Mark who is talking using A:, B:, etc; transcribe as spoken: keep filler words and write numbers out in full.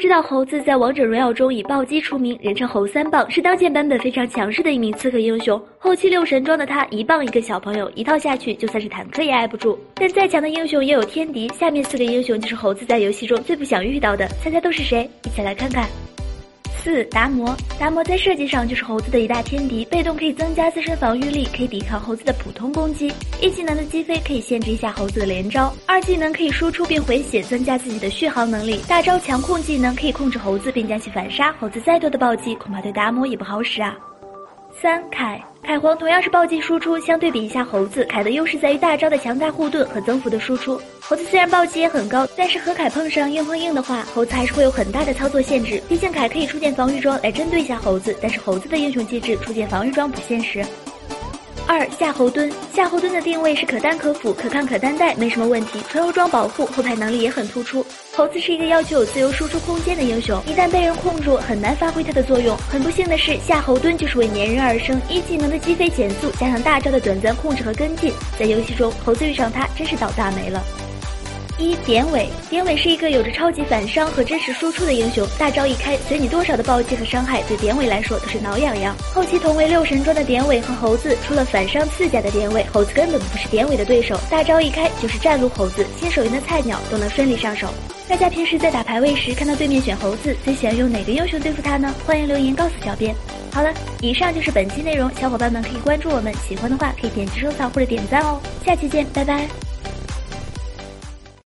A: 知道猴子在王者荣耀中以暴击出名，人称猴三棒，是当前版本非常强势的一名刺客英雄。后期六神装的他，一棒一个小朋友，一套下去就算是坦克也挨不住。但再强的英雄也有天敌，下面四个英雄就是猴子在游戏中最不想遇到的，猜猜都是谁？一起来看看。四达摩，达摩在设计上就是猴子的一大天敌，被动可以增加自身防御力，可以抵抗猴子的普通攻击。一技能的击飞可以限制一下猴子的连招，二技能可以输出并回血，增加自己的续航能力。大招强控技能可以控制猴子并将其反杀，猴子再多的暴击恐怕对达摩也不好使啊。三凯，凯皇同样是暴击输出，相对比一下猴子，凯的优势在于大招的强大护盾和增幅的输出。猴子虽然暴击也很高，但是和凯碰上硬碰硬的话，猴子还是会有很大的操作限制。毕竟凯可以出件防御装来针对一下猴子，但是猴子的英雄机制出件防御装不现实。二夏侯惇，夏侯惇的定位是可单可辅，可抗可单带，没什么问题，纯欧装保护，后排能力也很突出。猴子是一个要求有自由输出空间的英雄，一旦被人控住，很难发挥它的作用。很不幸的是，夏侯惇就是为粘人而生，一技能的击飞减速，加上大招的短暂控制和跟进，在游戏中猴子遇上他真是倒大霉了。一典韦，典韦是一个有着超级反伤和真实输出的英雄，大招一开，随你多少的暴击和伤害，对典韦来说都是挠痒痒。后期同为六神装的典韦和猴子，除了反伤次甲的典韦，猴子根本不是典韦的对手，大招一开就是战撸猴子，新手营的菜鸟都能顺利上手。大家平时在打排位时看到对面选猴子，最喜欢用哪个英雄对付他呢？欢迎留言告诉小编。好了，以上就是本期内容，小伙伴们可以关注我们，喜欢的话可以点击收藏或者点赞哦。下期见，拜拜。